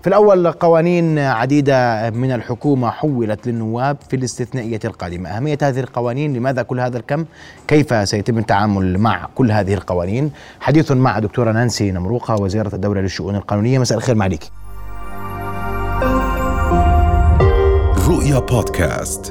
في الأول قوانين عديدة من الحكومة حولت للنواب في الاستثنائية القادمة. أهمية هذه القوانين، لماذا كل هذا الكم، كيف سيتم التعامل مع كل هذه القوانين؟ حديث مع دكتورة نانسي نمروقة وزيرة الدولة للشؤون القانونية. مساء الخير معليك. رؤيا بودكاست.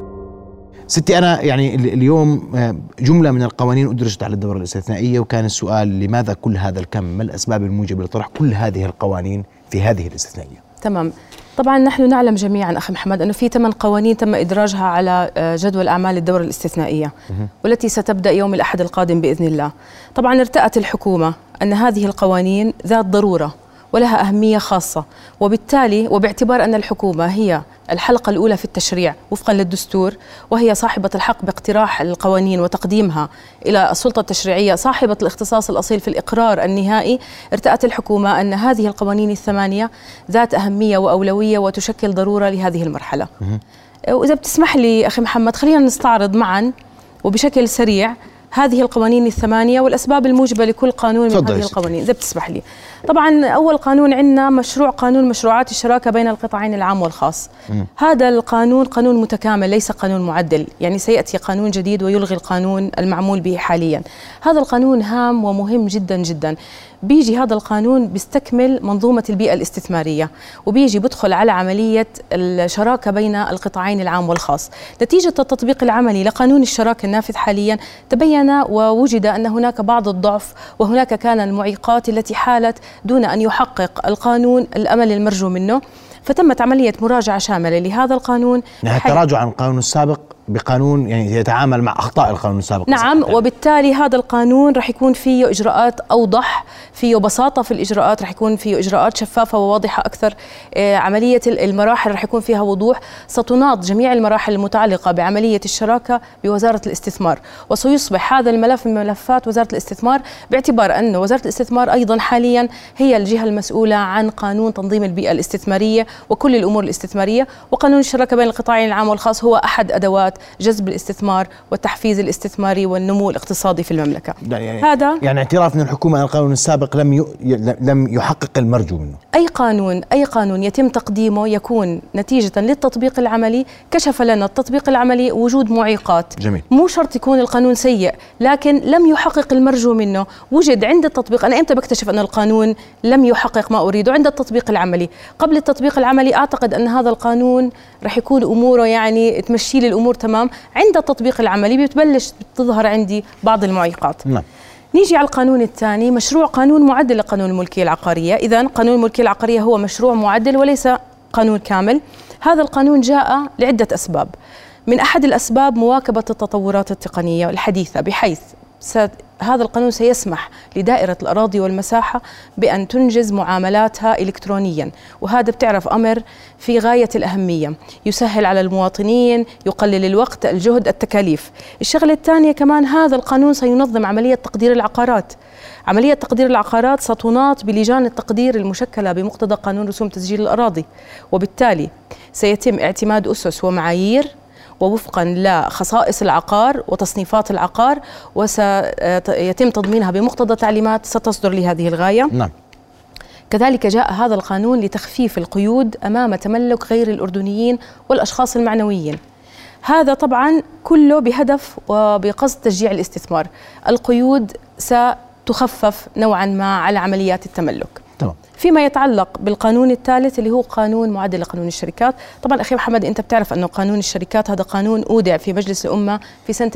ستي، أنا يعني اليوم جملة من القوانين أدرجت على الدورة الاستثنائية، وكان السؤال لماذا كل هذا الكم؟ ما الأسباب الموجبة لطرح كل هذه القوانين في هذه الاستثنائية؟ تمام. طبعا نحن نعلم جميعا أخي محمد أنه في 8 قوانين تم إدراجها على جدول أعمال الدورة الاستثنائية والتي ستبدأ يوم الأحد القادم بإذن الله. طبعا ارتأت الحكومة أن هذه القوانين ذات ضرورة ولها أهمية خاصة، وبالتالي وباعتبار أن الحكومة هي الحلقة الأولى في التشريع وفقا للدستور، وهي صاحبة الحق باقتراح القوانين وتقديمها إلى السلطة التشريعية صاحبة الاختصاص الأصيل في الإقرار النهائي، ارتأت الحكومة أن هذه القوانين ال8 ذات أهمية وأولوية وتشكل ضرورة لهذه المرحلة. وإذا بتسمح لي أخي محمد، خلينا نستعرض معا وبشكل سريع هذه القوانين ال8 والأسباب الموجبة لكل قانون من هذه القوانين إذا بتسمح لي. طبعا أول قانون عندنا قانون مشروعات الشراكة بين القطاعين العام والخاص. هذا القانون قانون متكامل، ليس قانون معدل، يعني سيأتي قانون جديد ويلغي القانون المعمول به حاليا. هذا القانون هام ومهم جدا جدا. بيجي هذا القانون بيستكمل منظومة البيئة الاستثمارية، وبيجي بدخل على عملية الشراكة بين القطاعين العام والخاص. نتيجة التطبيق العملي لقانون الشراكة النافذ حاليا تبين ووجد أن هناك بعض الضعف، وهناك كان المعيقات التي حالت دون أن يحقق القانون الأمل المرجو منه، فتمت عملية مراجعة شاملة لهذا القانون. يعني التراجع عن القانون السابق بقانون يعني يتعامل مع أخطاء القانون السابق. نعم، وبالتالي هذا القانون رح يكون فيه إجراءات أوضح، فيه بساطة في الإجراءات، رح يكون فيه إجراءات شفافة وواضحة أكثر. عملية المراحل رح يكون فيها وضوح. ستناط جميع المراحل المتعلقة بعملية الشراكة بوزارة الاستثمار، وسيصبح هذا الملف من ملفات وزارة الاستثمار، باعتبار أن وزارة الاستثمار أيضا حاليا هي الجهة المسؤولة عن قانون تنظيم البيئة الاستثمارية وكل الأمور الاستثمارية. وقانون الشراكة بين القطاعين العام والخاص هو أحد أدوات جذب الاستثمار والتحفيز الاستثماري والنمو الاقتصادي في المملكة. هذا يعني اعتراف من الحكومة أن القانون السابق لم يحقق المرجو منه. أي قانون يتم تقديمه يكون نتيجة للتطبيق العملي. كشف لنا التطبيق العملي وجود معيقات. جميل. مو شرط يكون القانون سيء، لكن لم يحقق المرجو منه. وجد عند التطبيق. أنا إمتى بكتشف أن القانون لم يحقق ما أريده؟ عند التطبيق العملي. قبل التطبيق العملي أعتقد أن هذا القانون رح يكون أموره يعني تمشي لي الأمور تمام. عند التطبيق العملي بتبلش تظهر عندي بعض المعيقات. نعم. نيجي على القانون الثاني، مشروع قانون معدل لقانون الملكية العقارية. إذن قانون الملكية العقارية هو مشروع معدل وليس قانون كامل. هذا القانون جاء لعدة أسباب. من أحد الأسباب مواكبة التطورات التقنية الحديثة، بحيث هذا القانون سيسمح لدائرة الأراضي والمساحة بأن تنجز معاملاتها إلكترونيا، وهذا بتعرف أمر في غاية الأهمية، يسهل على المواطنين، يقلل الوقت، الجهد، التكاليف. الشغلة الثانية كمان، هذا القانون سينظم عملية تقدير العقارات. عملية تقدير العقارات ستناط بلجان التقدير المشكلة بمقتضى قانون رسوم تسجيل الأراضي، وبالتالي سيتم اعتماد أسس ومعايير ووفقا لخصائص العقار وتصنيفات العقار، وسيتم تضمينها بمقتضى تعليمات ستصدر لهذه الغاية. نعم. كذلك جاء هذا القانون لتخفيف القيود أمام تملك غير الأردنيين والأشخاص المعنويين. هذا طبعا كله بهدف وبقصد تشجيع الاستثمار. القيود ستخفف نوعا ما على عمليات التملك. تمام. فيما يتعلق بالقانون الثالث اللي هو قانون معدل لقانون الشركات، طبعا أخي محمد أنت بتعرف أنه قانون الشركات هذا قانون أودع في مجلس الأمة في سنة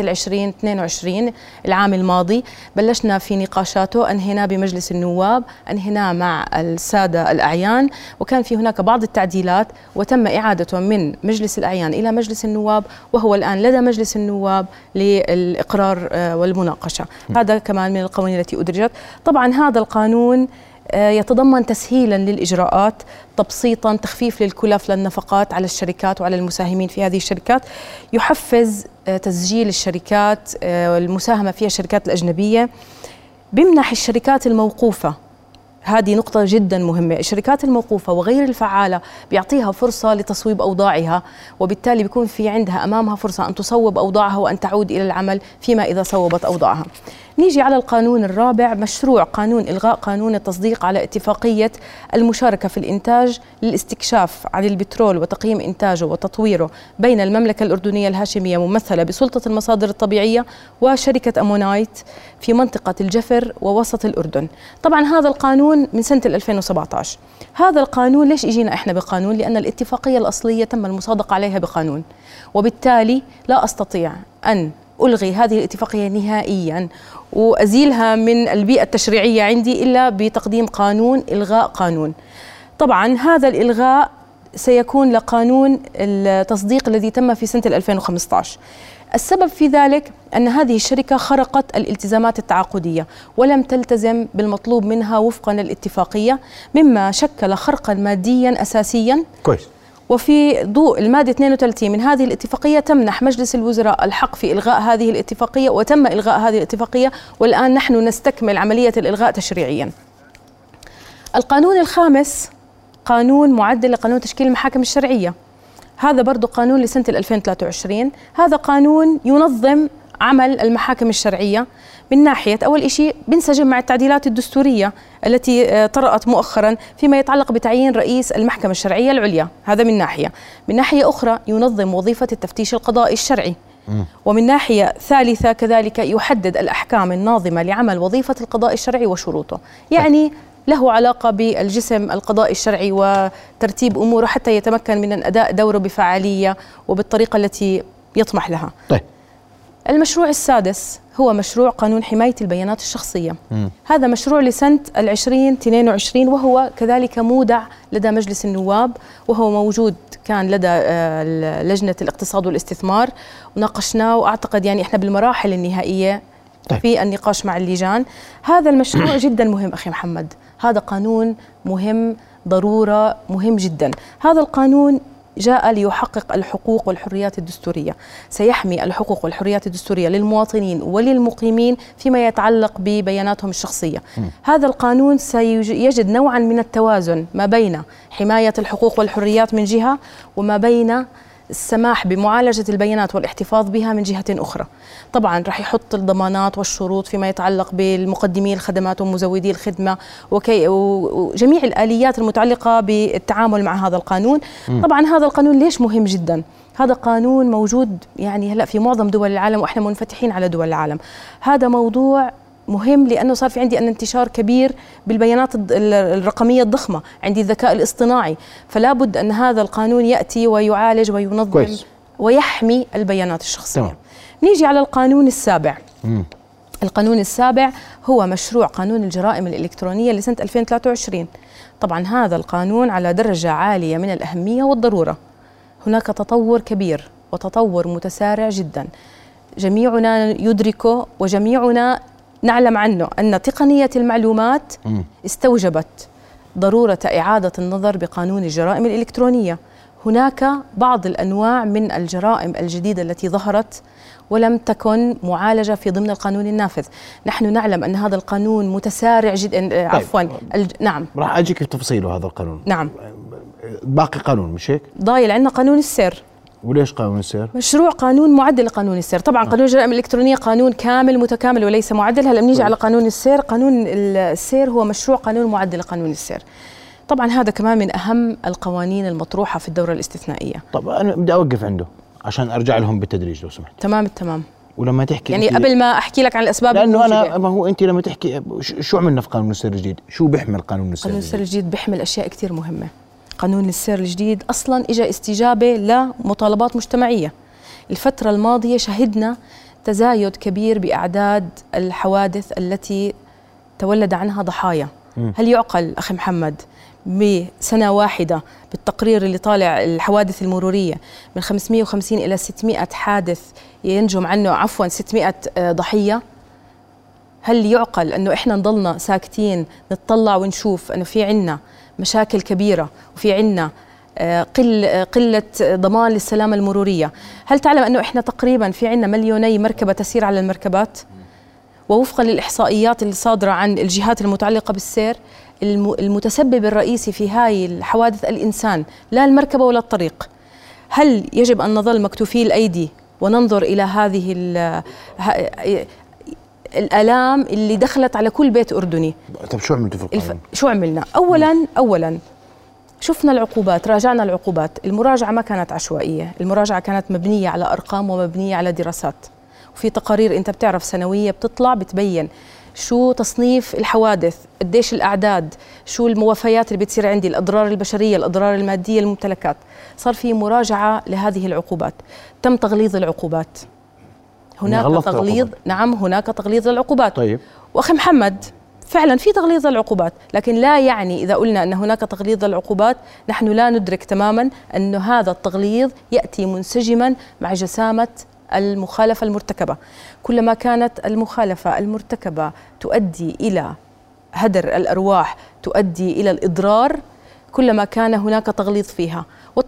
2022 العام الماضي. بلشنا في نقاشاته، أنهينا بمجلس النواب، أنهينا مع السادة الأعيان، وكان في هناك بعض التعديلات وتم إعادته من مجلس الأعيان إلى مجلس النواب، وهو الآن لدى مجلس النواب للإقرار والمناقشة. هذا كمان من القوانين التي أدرجت. طبعا هذا القانون يتضمن تسهيلا للإجراءات، تبسيطا، تخفيف للكلف للنفقات على الشركات وعلى المساهمين في هذه الشركات، يحفز تسجيل الشركات والمساهمة فيها الشركات الأجنبية، بيمنح الشركات الموقوفة، هذه نقطة جدا مهمة، الشركات الموقوفة وغير الفعالة بيعطيها فرصة لتصويب أوضاعها، وبالتالي بيكون في عندها أمامها فرصة أن تصوب أوضاعها وأن تعود إلى العمل فيما إذا صوبت أوضاعها. نيجي على القانون الرابع، مشروع قانون إلغاء قانون التصديق على اتفاقية المشاركة في الإنتاج للاستكشاف عن البترول وتقييم إنتاجه وتطويره بين المملكة الأردنية الهاشمية ممثلة بسلطة المصادر الطبيعية وشركة أمونايت في منطقة الجفر ووسط الأردن. طبعا هذا القانون من سنة 2017. هذا القانون ليش إجينا إحنا بقانون؟ لأن الاتفاقية الأصلية تم المصادقة عليها بقانون، وبالتالي لا أستطيع أن ألغي هذه الاتفاقية نهائياً وأزيلها من البيئة التشريعية عندي إلا بتقديم قانون إلغاء قانون. طبعاً هذا الإلغاء سيكون لقانون التصديق الذي تم في سنة 2015. السبب في ذلك أن هذه الشركة خرقت الالتزامات التعاقدية ولم تلتزم بالمطلوب منها وفقاً للاتفاقية، مما شكل خرقاً مادياً أساسياً. كويس. وفي ضوء المادة 32 من هذه الاتفاقية تمنح مجلس الوزراء الحق في إلغاء هذه الاتفاقية، وتم إلغاء هذه الاتفاقية، والآن نحن نستكمل عملية الإلغاء تشريعيا. القانون الخامس قانون معدل لقانون تشكيل المحاكم الشرعية، هذا برضو قانون لسنة 2023. هذا قانون ينظم عمل المحاكم الشرعية من ناحية أول إشي بنسجم مع التعديلات الدستورية التي طرأت مؤخرا فيما يتعلق بتعيين رئيس المحكمة الشرعية العليا، هذا من ناحية. من ناحية أخرى ينظم وظيفة التفتيش القضائي الشرعي، ومن ناحية ثالثة كذلك يحدد الأحكام الناظمة لعمل وظيفة القضاء الشرعي وشروطه، يعني له علاقة بالجسم القضائي الشرعي وترتيب أموره حتى يتمكن من أداء دوره بفعالية وبالطريقة التي يطمح لها. طيب. المشروع السادس هو مشروع قانون حماية البيانات الشخصية. هذا مشروع لسنة 2022 وهو كذلك مودع لدى مجلس النواب، وهو موجود كان لدى لجنة الاقتصاد والاستثمار وناقشناه، وأعتقد يعني إحنا بالمراحل النهائية في النقاش مع اللجان. هذا المشروع جدا مهم أخي محمد، هذا قانون مهم، ضرورة مهم جدا. هذا القانون جاء ليحقق الحقوق والحريات الدستورية، سيحمي الحقوق والحريات الدستورية للمواطنين وللمقيمين فيما يتعلق ببياناتهم الشخصية. هذا القانون سيجد نوعا من التوازن ما بين حماية الحقوق والحريات من جهة، وما بين السماح بمعالجة البيانات والاحتفاظ بها من جهة أخرى. طبعا رح يحط الضمانات والشروط فيما يتعلق بالمقدمي الخدمات ومزودي الخدمة وجميع الآليات المتعلقة بالتعامل مع هذا القانون. طبعا هذا القانون ليش مهم جدا؟ هذا قانون موجود يعني هلأ في معظم دول العالم، وإحنا منفتحين على دول العالم. هذا موضوع مهم لأنه صار في عندي أن انتشار كبير بالبيانات الرقمية الضخمة، عندي الذكاء الاصطناعي، فلا بد أن هذا القانون يأتي ويعالج وينظم كويس ويحمي البيانات الشخصية. تمام. نيجي على القانون السابع. القانون السابع هو مشروع قانون الجرائم الإلكترونية لسنة 2023. طبعا هذا القانون على درجة عالية من الأهمية والضرورة، هناك تطور كبير وتطور متسارع جدا جميعنا يدركه، وجميعنا نعلم عنه أن تقنية المعلومات استوجبت ضرورة إعادة النظر بقانون الجرائم الإلكترونية. هناك بعض الأنواع من الجرائم الجديدة التي ظهرت ولم تكن معالجة في ضمن القانون النافذ. نحن نعلم أن هذا القانون متسارع جدا. عفوا. نعم، راح أجيك في تفصيله هذا القانون. نعم. باقي قانون مش هيك؟ ضايل عندنا قانون السير. وليش قانون السير؟ مشروع قانون معدل لقانون السير. طبعا قانون الجرائم الإلكترونية قانون كامل متكامل وليس معدل. هلا بنيجي على قانون السير. قانون السير هو مشروع قانون معدل لقانون السير. طبعا هذا كمان من أهم القوانين المطروحة في الدورة الاستثنائية. طب أنا بدي أوقف عنده عشان أرجع لهم بالتدريج لو سمحت. تمام التمام. ولما تحكي يعني قبل ما أحكي لك عن الأسباب، لأنه أنا ما هو أنت لما تحكي شو عملنا في قانون السير الجديد؟ شو بيحمل قانون السير الجديد؟ قانون السير الجديد بيحمل أشياء كتير مهمة. قانون السير الجديد أصلاً إجا استجابة لمطالبات مجتمعية. الفترة الماضية شهدنا تزايد كبير بأعداد الحوادث التي تولد عنها ضحايا. هل يعقل أخي محمد بسنة واحدة بالتقرير اللي طالع الحوادث المرورية من 550 إلى 600 حادث ينجم عنه 600 ضحية؟ هل يعقل أنه إحنا نضلنا ساكتين نتطلع ونشوف أنه في عنا مشاكل كبيرة وفي عنا قلة ضمان للسلامة المرورية؟ هل تعلم أنه إحنا تقريبا في عنا 2 مليون مركبة تسير على المركبات؟ ووفقا للإحصائيات اللي صادرة عن الجهات المتعلقة بالسير، المتسبب الرئيسي في هاي الحوادث الإنسان، لا المركبة ولا الطريق. هل يجب أن نظل مكتوفي الأيدي وننظر إلى هذه الآلام اللي دخلت على كل بيت أردني. طب شو عملتوا في القانون؟ شو عملنا؟ أولاً شفنا العقوبات، راجعنا العقوبات. المراجعة ما كانت عشوائية، المراجعة كانت مبنية على أرقام ومبنية على دراسات، وفي تقارير أنت بتعرف سنوية بتطلع بتبين شو تصنيف الحوادث، قديش الأعداد، شو الموافيات اللي بتصير عندي، الأضرار البشرية، الأضرار المادية، الممتلكات. صار في مراجعة لهذه العقوبات، تم تغليظ العقوبات. هناك تغليظ، نعم هناك تغليظ للعقوبات. طيب. وأخي محمد فعلا في تغليظ للعقوبات، لكن لا يعني إذا قلنا أن هناك تغليظ للعقوبات نحن لا ندرك تماما أن هذا التغليظ يأتي منسجما مع جسامة المخالفة المرتكبة. كلما كانت المخالفة المرتكبة تؤدي إلى هدر الأرواح، تؤدي إلى الإضرار، كلما كان هناك تغليظ فيها.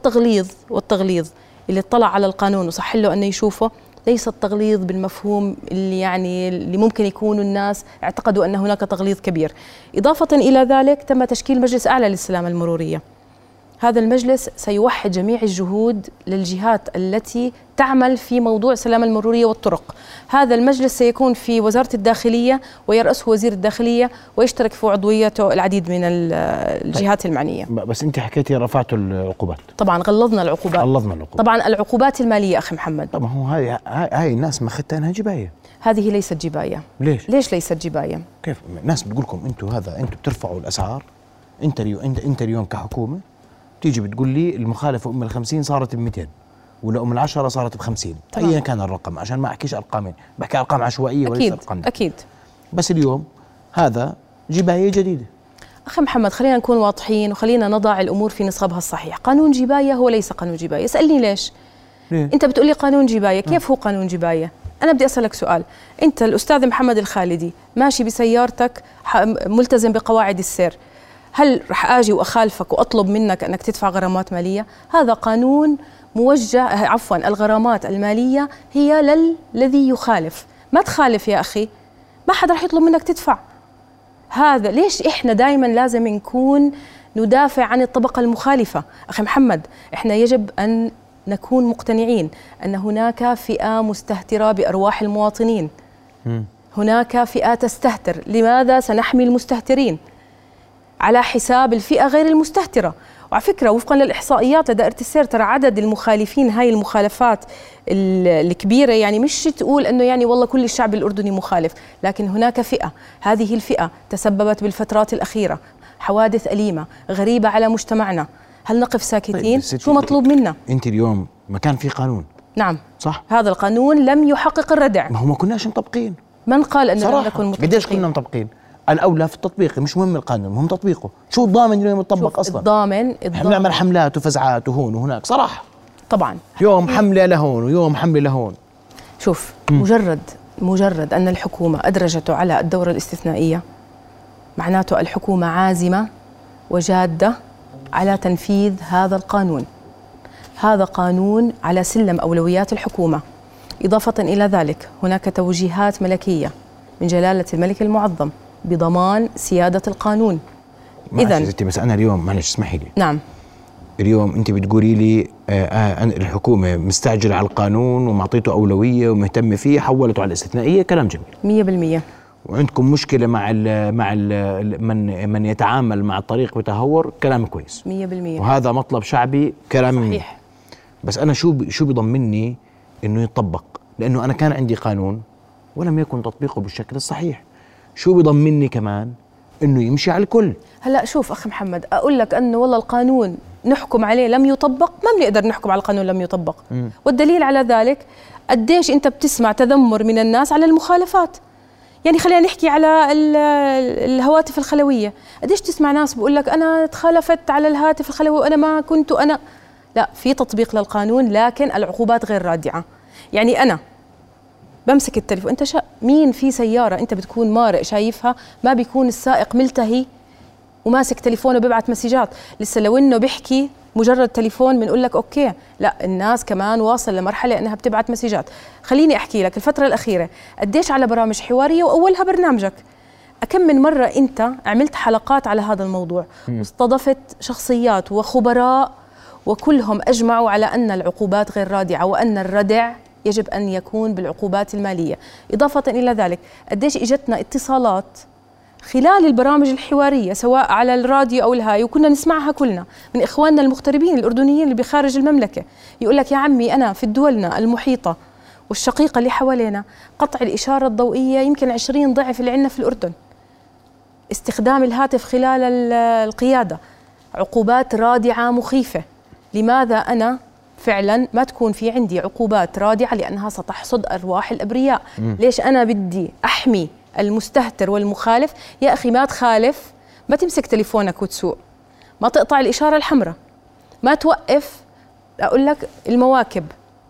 والتغليظ اللي اطلع على القانون وصح له أنه يشوفه ليس التغليظ بالمفهوم اللي ممكن يكونوا الناس اعتقدوا أن هناك تغليظ كبير. إضافة إلى ذلك تم تشكيل مجلس أعلى للسلامة المرورية. هذا المجلس سيوحد جميع الجهود للجهات التي تعمل في موضوع السلامة المرورية والطرق. هذا المجلس سيكون في وزارة الداخلية ويرأسه وزير الداخلية، ويشترك في عضويته العديد من الجهات المعنية. بس أنت حكيتي رفعتوا العقوبات. طبعا غلظنا العقوبات. طبعا العقوبات المالية أخي محمد. طبعا هو هاي الناس ما أخذتها أنها جباية. هذه ليست جباية. ليش ليست جباية؟ كيف الناس بتقول لكم أنتم بترفعوا الأسعار، أنت اليوم كحكومة تيجي بتقول لي المخالفة أم ال50 صارت ب200 ولا أم ال10 صارت ب50، أيا كان الرقم، عشان ما أحكيش أرقامين، بحكي أرقام عشوائية وليس أرقام. أكيد. بس اليوم هذا جباية جديدة. أخي محمد خلينا نكون واضحين وخلينا نضع الأمور في نصابها الصحيح. قانون جباية هو ليس قانون جباية. اسألني ليش؟ ليه؟ أنت بتقولي قانون جباية، كيف هو قانون جباية؟ أنا بدي أسألك سؤال. أنت الأستاذ محمد الخالدي ماشي بسيارتك ملتزم بقواعد السير، هل رح آجي وأخالفك وأطلب منك أنك تدفع غرامات مالية؟ هذا قانون موجه، الغرامات المالية هي للذي يخالف. ما تخالف يا أخي، ما حدا رح يطلب منك تدفع. هذا ليش إحنا دائما لازم نكون ندافع عن الطبقة المخالفة؟ أخي محمد إحنا يجب أن نكون مقتنعين أن هناك فئة مستهترة بأرواح المواطنين. هناك فئة تستهتر. لماذا سنحمي المستهترين على حساب الفئة غير المستهترة؟ وعلى فكرة وفقا للإحصائيات لدائرة السير ترى عدد المخالفين هاي المخالفات الكبيرة، يعني مش تقول أنه يعني والله كل الشعب الأردني مخالف، لكن هناك فئة، هذه الفئة تسببت بالفترات الأخيرة حوادث أليمة غريبة على مجتمعنا. هل نقف ساكتين؟ شو مطلوب منا؟ أنت اليوم ما كان في قانون، نعم صح؟ هذا القانون لم يحقق الردع. ما هو ما كناش مطبقين. من قال أنه لم نكن مطبقين؟ قديش كنا مطبقين؟ الأولى في التطبيق، مش مهم القانون، مهم تطبيقه. شو الضامن اليوم يطبق أصلا؟ الضامن نعمل حملات وفزعات وهون وهناك صراحة. طبعا يوم حملة لهون ويوم حملة لهون. شوف مجرد أن الحكومة أدرجته على الدورة الاستثنائية معناته الحكومة عازمة وجادة على تنفيذ هذا القانون. هذا قانون على سلم أولويات الحكومة. إضافة إلى ذلك هناك توجيهات ملكية من جلالة الملك المعظم بضمان سيادة القانون. إذن بس أنا اليوم معلش اسمحي لي. نعم. اليوم أنت بتقولي لي الحكومة مستعجلة على القانون ومعطيته أولوية ومهتمة فيه، حولته على الاستثنائية، كلام جميل 100%. وعندكم مشكلة مع من يتعامل مع الطريق بتهور، كلام كويس 100%. وهذا مطلب شعبي، كلام صحيح. بس أنا شو بيضمني إنه يطبق؟ لأنه أنا كان عندي قانون ولم يكن تطبيقه بالشكل الصحيح. شو بيضمني كمان إنه يمشي على الكل؟ هلا شوف أخي محمد، أقول لك أنه والله القانون نحكم عليه لم يطبق، ما بنقدر نحكم على القانون لم يطبق. والدليل على ذلك قديش أنت بتسمع تذمر من الناس على المخالفات. يعني خلينا نحكي على الهواتف الخلوية، قديش تسمع ناس بقول لك أنا تخالفت على الهاتف الخلوي وأنا ما كنت أنا. لا، في تطبيق للقانون لكن العقوبات غير رادعة. يعني أنا بمسك التليفون، أنت مين في سيارة أنت بتكون مارق شايفها ما بيكون السائق ملتهي وماسك تليفونه وبيبعت مسجات؟ لسه لو إنه بيحكي مجرد تليفون بنقول لك أوكي، لا الناس كمان واصل لمرحلة أنها بتبعت مسجات. خليني أحكي لك الفترة الأخيرة قديش على برامج حوارية وأولها برنامجك، أكم من مرة أنت عملت حلقات على هذا الموضوع واستضفت شخصيات وخبراء وكلهم أجمعوا على أن العقوبات غير رادعة وأن الردع يجب أن يكون بالعقوبات المالية. إضافة إلى ذلك قديش إجتنا اتصالات خلال البرامج الحوارية سواء على الراديو أو الهاي، وكنا نسمعها كلنا من إخواننا المغتربين الأردنيين اللي بخارج المملكة، يقول لك يا عمي أنا في دولنا المحيطة والشقيقة اللي حوالينا قطع الإشارة الضوئية يمكن 20 ضعف اللي عندنا في الأردن، استخدام الهاتف خلال القيادة، عقوبات رادعة مخيفة. لماذا أنا فعلا ما تكون في عندي عقوبات رادعة؟ لأنها ستحصد أرواح الأبرياء. ليش أنا بدي أحمي المستهتر والمخالف؟ يا أخي ما تخالف، ما تمسك تليفونك وتسوق، ما تقطع الإشارة الحمراء، ما توقف أقول لك المواكب،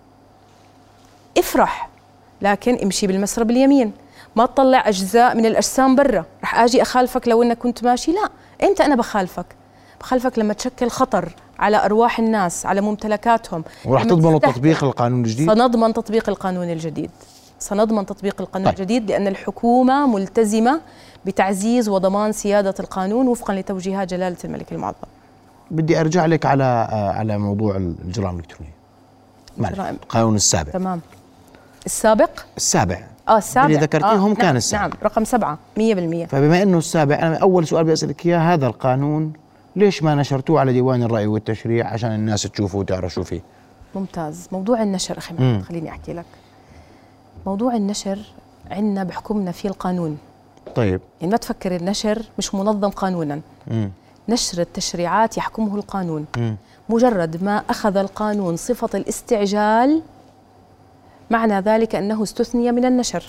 افرح لكن امشي بالمسرب اليمين، ما تطلع أجزاء من الأجسام برا. رح أجي أخالفك لو أنك كنت ماشي؟ لا. إمتى أنا بخالفك؟ بخالفك لما تشكل خطر على أرواح الناس، على ممتلكاتهم. ورح تضمنوا تطبيق القانون الجديد؟ سنضمن تطبيق القانون الجديد، سنضمن تطبيق القانون الجديد، لأن الحكومة ملتزمة بتعزيز وضمان سيادة القانون وفقا لتوجيهات جلالة الملك المعظم. بدي أرجع لك على موضوع الجرائم الإلكترونية. القانون السابع. تمام. السابع السابع اللي ذكرتيهم كان السابع. نعم، رقم 7 100%. فبما أنه السابع، أنا أول سؤال بدي أسألك إياه، هذا القانون ليش ما نشرتوه على ديوان الرأي والتشريع عشان الناس تشوفه وتعرف شو فيه؟ ممتاز. موضوع النشر أخي محمد، خليني أحكي لك. موضوع النشر عندنا بحكمنا فيه القانون. طيب. يعني ما تفكر النشر مش منظم قانونا. نشر التشريعات يحكمه القانون. مجرد ما أخذ القانون صفة الاستعجال معنى ذلك أنه استثني من النشر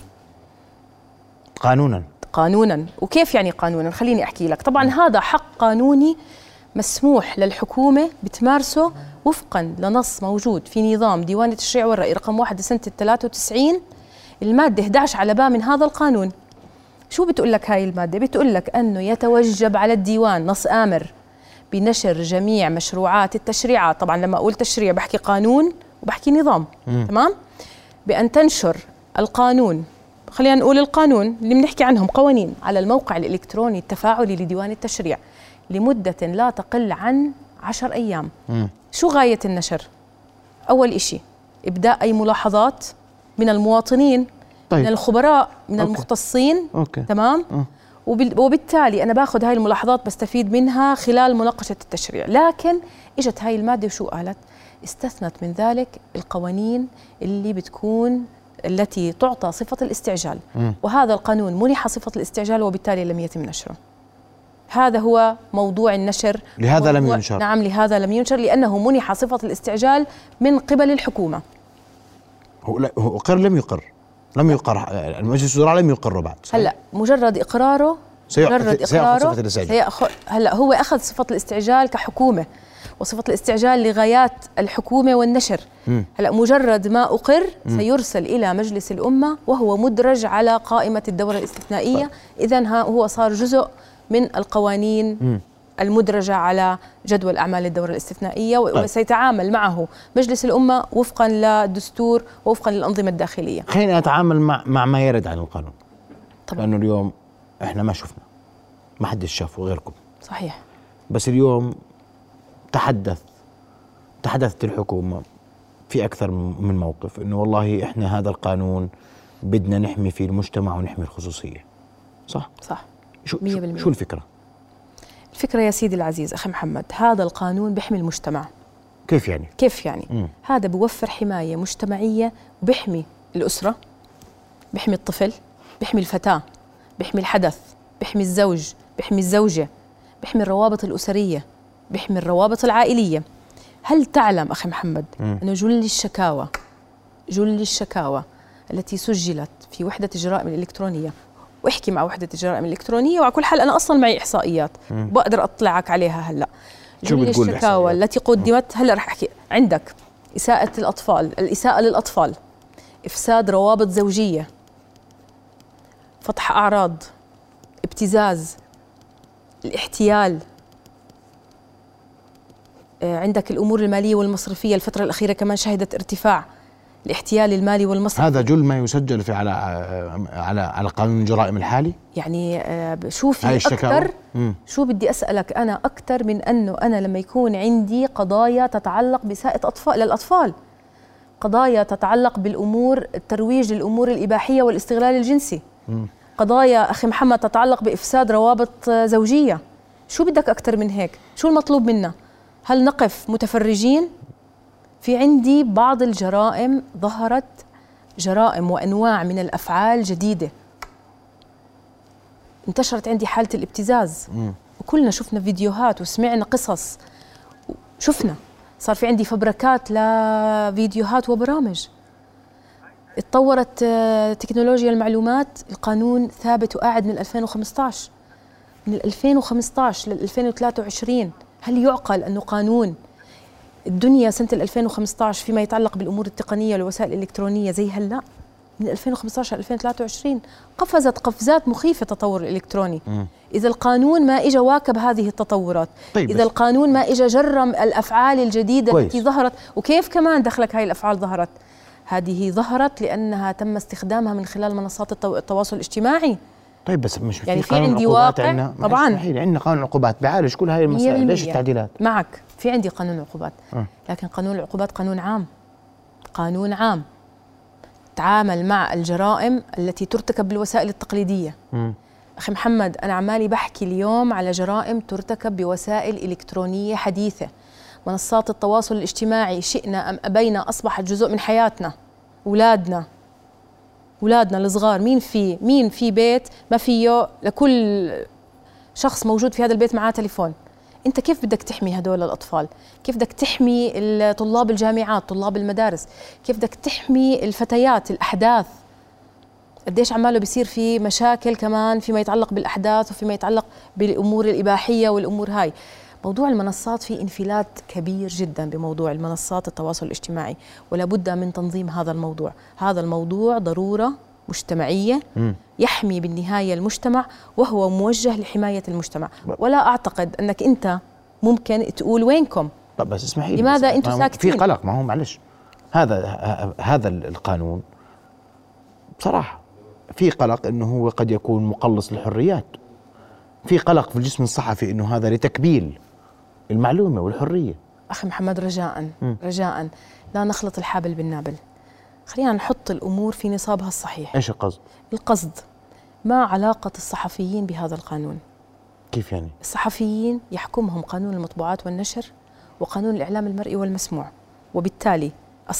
قانونا. وكيف يعني قانونا؟ خليني أحكي لك. طبعا هذا حق قانوني مسموح للحكومة بتمارسه وفقا لنص موجود في نظام ديوان التشريع والرأي رقم 1 سنة 93 المادة 11 على باء من هذا القانون. شو بتقول لك هاي المادة؟ بتقول لك أنه يتوجب على الديوان، نص آمر، بنشر جميع مشروعات التشريعات. طبعا لما أقول تشريع بحكي قانون وبحكي نظام. تمام؟ بأن تنشر القانون، خلينا نقول القانون اللي بنحكي عنهم قوانين، على الموقع الإلكتروني التفاعلي لديوان التشريع لمدة لا تقل عن 10 أيام. شو غاية النشر؟ أول إشي إبداء أي ملاحظات من المواطنين. طيب. من الخبراء، من المختصين. تمام؟ وبالتالي أنا باخذ هاي الملاحظات بستفيد منها خلال مناقشة التشريع. لكن إجت هاي المادة وشو قالت؟ استثنت من ذلك القوانين اللي بتكون التي تعطى صفة الاستعجال. وهذا القانون منح صفة الاستعجال وبالتالي لم يتم نشره. هذا هو موضوع النشر. لهذا لم ينشر. نعم، لهذا لم ينشر، لأنه منح صفة الاستعجال من قبل الحكومة. هو أقر لم يقر المجلس الوزراء لم يقره بعد. هلا مجرد إقراره سيأخذ صفة الاستعجال. هلا هو أخذ صفة الاستعجال كحكومة، وصفة الاستعجال لغايات الحكومة والنشر. هلا مجرد ما أقر سيرسل إلى مجلس الأمة وهو مدرج على قائمة الدورة الاستثنائية. إذن هو صار جزء من القوانين المدرجة على جدول أعمال الدورة الاستثنائية. وسيتعامل معه مجلس الأمة وفقا للدستور ووفقا للأنظمة الداخلية. خلينا نتعامل مع ما يرد عن القانون طبعا. لأنه اليوم إحنا ما شفنا، ما حدش شافه غيركم. صحيح. بس اليوم تحدثت الحكومة في أكثر من موقف إنه والله إحنا هذا القانون بدنا نحمي فيه المجتمع ونحمي الخصوصية. صح؟ شو الفكرة؟ الفكرة يا سيدي العزيز أخي محمد، هذا القانون بيحمي المجتمع. كيف يعني؟ هذا بيوفر حماية مجتمعية وبيحمي الأسرة، بيحمي الطفل، بيحمي الفتاة، بيحمي الحدث، بيحمي الزوج، بيحمي الزوجة، بيحمي الروابط الأسرية، بيحمي الروابط العائلية. هل تعلم أخي محمد أن جل الشكاوى التي سجلت في وحدة الجرائم الإلكترونية، واحكي مع وحدة الجرائم الإلكترونية، وعلى كل حال أنا أصلا معي إحصائيات بقدر أطلعك عليها هلأ. جل الشكاوى التي قدمت، هلأ رح أحكي عندك: إساءة الأطفال، الإساءة للأطفال، إفساد روابط زوجية، فتح أعراض، ابتزاز، الاحتيال، عندك الأمور المالية والمصرفية الفترة الأخيرة كمان شهدت ارتفاع، الاحتيال المالي والمصرفي. هذا جل ما يسجل في على قانون الجرائم الحالي. يعني شو في أكثر؟ شو بدي أسألك أنا أكثر من أنه أنا لما يكون عندي قضايا تتعلق بإساءة للأطفال، قضايا تتعلق بالأمور الترويج للأمور الإباحية والاستغلال الجنسي، قضايا أخي محمد تتعلق بإفساد روابط زوجية. شو بدك أكثر من هيك؟ شو المطلوب منا؟ هل نقف متفرجين؟ في عندي بعض الجرائم ظهرت، جرائم وأنواع من الأفعال جديدة انتشرت عندي، حالة الابتزاز، وكلنا شفنا فيديوهات وسمعنا قصص، شفنا صار في عندي فبركات لفيديوهات وبرامج. اتطورت تكنولوجيا المعلومات، القانون ثابت وقاعد من 2015، من 2015 لل 2023. هل يعقل أنه قانون الدنيا سنة 2015 فيما يتعلق بالأمور التقنية والوسائل الإلكترونية زي هلأ؟ من 2015 ل 2023 قفزت قفزات مخيفة التطور الإلكتروني. إذا القانون ما إجا واكب هذه التطورات، طيب إذا القانون ما إجا جرم الأفعال الجديدة كويس. التي ظهرت، وكيف كمان دخلك هاي الأفعال ظهرت؟ هذه ظهرت لأنها تم استخدامها من خلال منصات التواصل الاجتماعي. طيب بس مش يعني في في قانون عندي عقوبات واقع عندنا؟ طبعاً. مستحيل، عندنا قانون عقوبات بيعالج كل هاي المسائل، ليش التعديلات؟ معك، في عندي قانون العقوبات، لكن قانون العقوبات قانون عام، قانون عام تعامل مع الجرائم التي ترتكب بالوسائل التقليدية. أخي محمد، أنا عمالي بحكي اليوم على جرائم ترتكب بوسائل إلكترونية حديثة. منصات التواصل الاجتماعي شئنا أم أبينا أصبحت جزء من حياتنا. أولادنا الصغار، مين في بيت ما فيه لكل شخص موجود في هذا البيت معاه تليفون؟ أنت كيف بدك تحمي هدول الأطفال؟ كيف بدك تحمي طلاب الجامعات، طلاب المدارس؟ كيف بدك تحمي الفتيات؟ الأحداث قديش عماله بيصير في مشاكل كمان فيما يتعلق بالأحداث وفيما يتعلق بالأمور الإباحية والأمور هاي. موضوع المنصات في انفلات كبير جدا بموضوع المنصات التواصل الاجتماعي، ولا بد من تنظيم هذا الموضوع. هذا الموضوع ضرورة مجتمعية يحمي بالنهاية المجتمع، وهو موجه لحماية المجتمع. ولا أعتقد أنك أنت ممكن تقول وينكم. طب بس اسمحي لي، لماذا أنتم ساكتين؟ في قلق، ما هو معلش، هذا القانون بصراحة في قلق انه هو قد يكون مقلص للحريات، في قلق في الجسم الصحفي انه هذا لتكبيل المعلومة والحرية. أخي محمد، رجاء لا نخلط الحابل بالنابل، خلينا نحط الأمور في نصابها الصحيح. ايش القصد؟ القصد ما علاقة الصحفيين بهذا القانون؟ كيف يعني؟ الصحفيين يحكمهم قانون المطبوعات والنشر وقانون الإعلام المرئي والمسموع، وبالتالي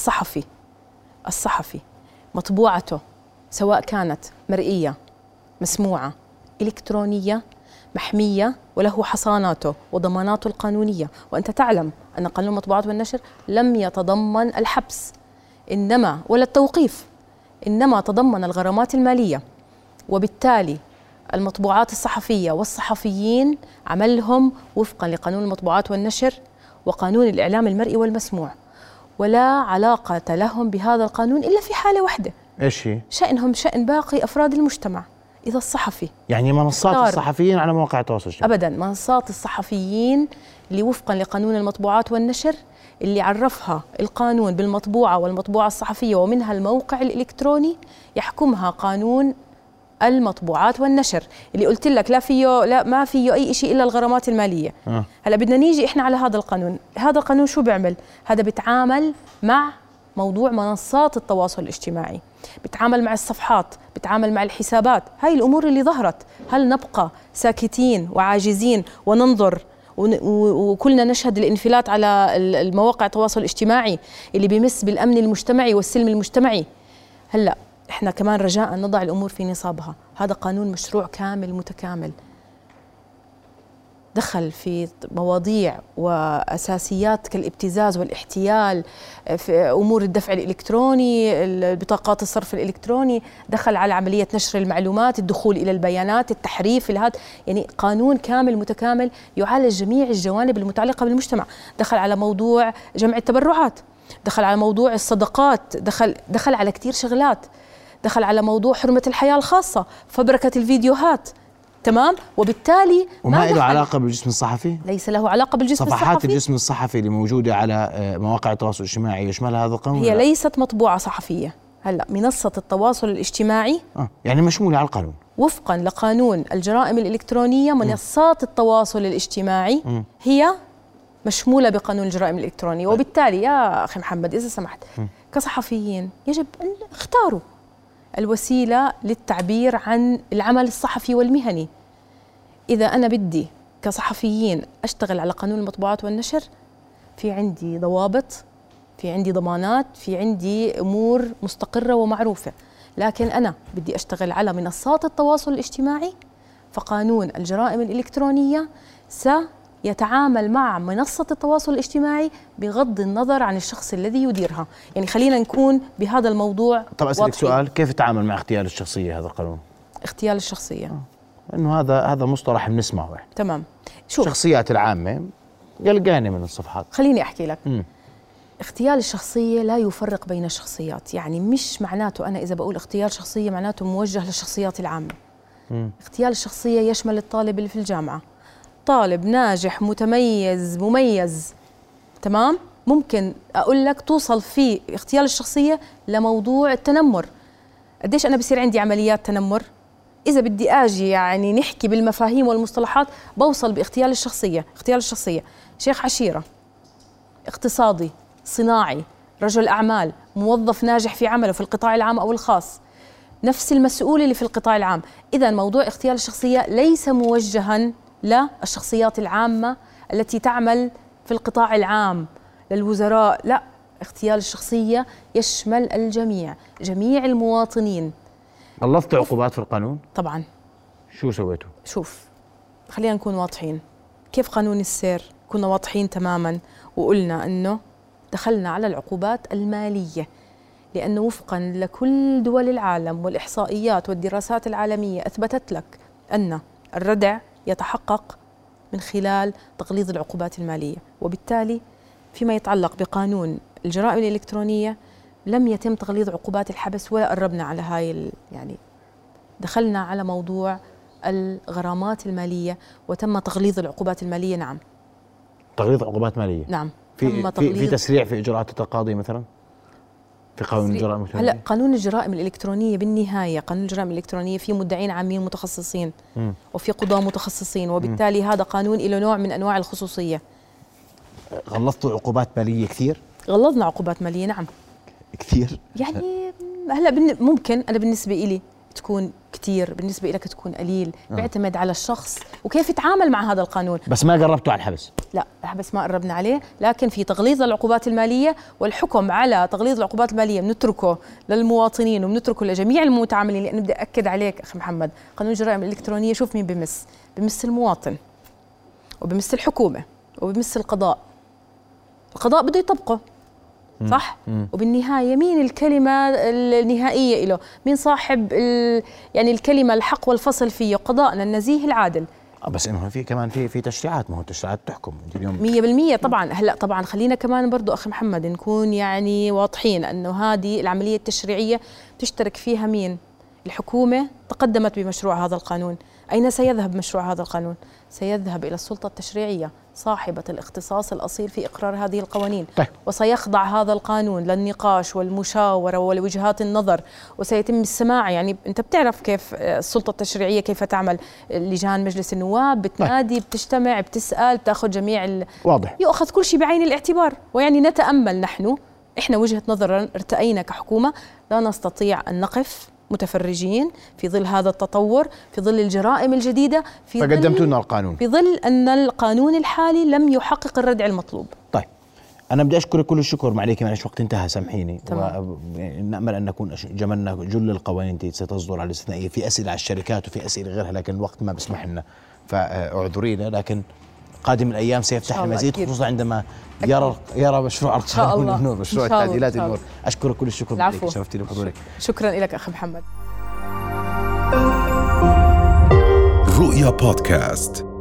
الصحفي مطبوعته سواء كانت مرئية، مسموعة، إلكترونية، محمية، وله حصاناته وضماناته القانونية. وأنت تعلم أن قانون المطبوعات والنشر لم يتضمن الحبس ولا التوقيف، إنما تضمن الغرامات المالية. وبالتالي المطبوعات الصحفية والصحفيين عملهم وفقا لقانون المطبوعات والنشر وقانون الإعلام المرئي والمسموع، ولا علاقة لهم بهذا القانون إلا في حالة واحدة. ايش هي؟ شأنهم شأن باقي أفراد المجتمع. إذا الصحفي يعني منصات الصحفيين على مواقع التواصل الاجتماعي؟ أبدا، منصات الصحفيين اللي وفقا لقانون المطبوعات والنشر اللي عرفها القانون بالمطبوعة والمطبوعة الصحفية ومنها الموقع الإلكتروني، يحكمها قانون المطبوعات والنشر اللي قلت لك لا ما فيه أي شيء إلا الغرامات المالية. هلا بدنا نيجي إحنا على هذا القانون. هذا القانون شو بيعمل؟ هذا بيتعامل مع موضوع منصات التواصل الاجتماعي، بتعامل مع الصفحات، بتعامل مع الحسابات. هاي الأمور اللي ظهرت، هل نبقى ساكتين وعاجزين وننظر وكلنا نشهد الانفلات على المواقع التواصل الاجتماعي اللي بيمس بالأمن المجتمعي والسلم المجتمعي؟ هلأ احنا كمان رجاء نضع الأمور في نصابها. هذا قانون مشروع كامل متكامل، دخل في مواضيع وأساسيات كالابتزاز والاحتيال، في أمور الدفع الإلكتروني، بطاقات الصرف الإلكتروني، دخل على عملية نشر المعلومات، الدخول إلى البيانات، التحريف، يعني قانون كامل متكامل يعالج جميع الجوانب المتعلقة بالمجتمع. دخل على موضوع جمع التبرعات، دخل على موضوع الصدقات، دخل على كتير شغلات، دخل على موضوع حرمة الحياة الخاصة، فبركة الفيديوهات، تمام. وبالتالي وما له علاقة بالجسم الصحفي؟ ليس له علاقة بالجسم الصحفي. صفحات الجسم الصحفي اللي موجودة على مواقع التواصل الاجتماعي يشملها هذا القانون؟ هي ليست مطبوعة صحفية. هلا منصة التواصل الاجتماعي يعني مشمولة على القانون وفقا لقانون الجرائم الإلكترونية. منصات التواصل الاجتماعي هي مشمولة بقانون الجرائم الإلكترونية. وبالتالي يا أخي محمد إذا سمحت كصحفيين يجب أن اختاروا الوسيلة للتعبير عن العمل الصحفي والمهني. إذا أنا بدي كصحفيين أشتغل على قانون المطبوعات والنشر، في عندي ضوابط، في عندي ضمانات، في عندي أمور مستقرة ومعروفة. لكن أنا بدي أشتغل على منصات التواصل الاجتماعي، فقانون الجرائم الإلكترونية سيتعامل مع منصة التواصل الاجتماعي بغض النظر عن الشخص الذي يديرها. يعني خلينا نكون بهذا الموضوع. طب أسألك سؤال، كيف يتعامل مع اغتيال الشخصية هذا القانون؟ اغتيال الشخصية إنه هذا مصطلح بنسمعه. تمام. شوف، الشخصيات العامة قلقانة من الصفحات. خليني أحكي لك. اغتيال الشخصية لا يفرق بين الشخصيات. يعني مش معناته أنا إذا بقول اغتيال شخصية معناته موجه للشخصيات العامة. اغتيال الشخصية يشمل الطالب اللي في الجامعة، طالب ناجح متميز مميز، تمام؟ ممكن أقول لك توصل في اغتيال الشخصية لموضوع التنمر. قديش أنا بصير عندي عمليات تنمر؟ إذا بدي أجي يعني نحكي بالمفاهيم والمصطلحات بوصل باغتيال الشخصية. اغتيال الشخصية شيخ عشيرة، اقتصادي، صناعي، رجل أعمال، موظف ناجح في عمله في القطاع العام أو الخاص، نفس المسؤول اللي في القطاع العام. إذا موضوع اغتيال الشخصية ليس موجها للشخصيات العامة التي تعمل في القطاع العام، للوزراء، لا. اغتيال الشخصية يشمل الجميع، جميع المواطنين. غلظتوا عقوبات في القانون؟ طبعا. شو سويتوا؟ شوف، خلينا نكون واضحين. كيف قانون السير كنا واضحين تماما وقلنا أنه دخلنا على العقوبات المالية، لأنه وفقا لكل دول العالم والإحصائيات والدراسات العالمية أثبتت لك أن الردع يتحقق من خلال تغليظ العقوبات المالية. وبالتالي فيما يتعلق بقانون الجرائم الإلكترونية لم يتم تغليظ عقوبات الحبس ولا قربنا على هاي يعني دخلنا على موضوع الغرامات المالية وتم تغليظ العقوبات المالية. نعم، تغليظ عقوبات مالية. نعم. في تسريع في إجراءات التقاضي مثلا في قانون الجرائم الإلكترونية. هلا قانون الجرائم الإلكترونية بالنهاية قانون الجرائم الإلكترونية فيه مدعين عامين متخصصين وفي قضاة متخصصين، وبالتالي هذا قانون له نوع من أنواع الخصوصية. غلظتوا عقوبات مالية كثير؟ غلظنا عقوبات مالية، نعم كثير. يعني هلا ممكن أنا بالنسبة إلي تكون كتير، بالنسبة لك تكون قليل، بيعتمد على الشخص وكيف يتعامل مع هذا القانون. بس ما قربتوا على الحبس؟ لا، الحبس ما قربنا عليه، لكن في تغليظ العقوبات المالية، والحكم على تغليظ العقوبات المالية بنتركه للمواطنين وبنتركه لجميع المتعاملين. لأنه بدي أكد عليك أخي محمد، قانون الجرائم الإلكترونية شوف مين بمس المواطن وبمس الحكومة وبمس القضاء. القضاء بده يطبقه، صح؟ وبالنهاية مين الكلمة النهائية له؟ مين صاحب يعني الكلمة الحق والفصل فيه؟ قضاءنا النزيه العادل. بس انه في كمان في تشريعات، ما هو التشريعات تحكم اليوم 100%. طبعا هلا طبعا خلينا كمان برضو اخي محمد نكون يعني واضحين انه هذه العملية التشريعية تشترك فيها مين؟ الحكومة تقدمت بمشروع هذا القانون. أين سيذهب مشروع هذا القانون؟ سيذهب إلى السلطة التشريعية صاحبة الاختصاص الأصيل في إقرار هذه القوانين. طيب. وسيخضع هذا القانون للنقاش والمشاورة ولوجهات النظر، وسيتم السماع. يعني أنت بتعرف كيف السلطة التشريعية كيف تعمل. لجان مجلس النواب بتنادي، بتجتمع، بتسأل، بتاخذ جميع واضح، يؤخذ كل شيء بعين الاعتبار. ويعني نتأمل إحنا وجهة نظر ارتأينا كحكومة لا نستطيع أن نقف متفرجين في ظل هذا التطور، في ظل الجرائم الجديدة، فقدمتوا لنا القانون، في ظل أن القانون الحالي لم يحقق الردع المطلوب. طيب أنا بدي أشكرك كل الشكر، معليك معلش وقت انتهى، سامحيني. ونأمل أن نكون جملنا جل القوانين التي ستصدر على الاستثنائية. في أسئلة على الشركات وفي أسئلة غيرها لكن الوقت ما بيسمح لنا، فاعذرينا. لكن قادم الأيام سيفتح المزيد، خصوصا عندما يرى مشروع القانون النور، مشروع التعديلات النور. أشكرك كل الشكر، العفو، شرفتي بحضورك. شكرا لك أخي محمد. رؤيا بودكاست.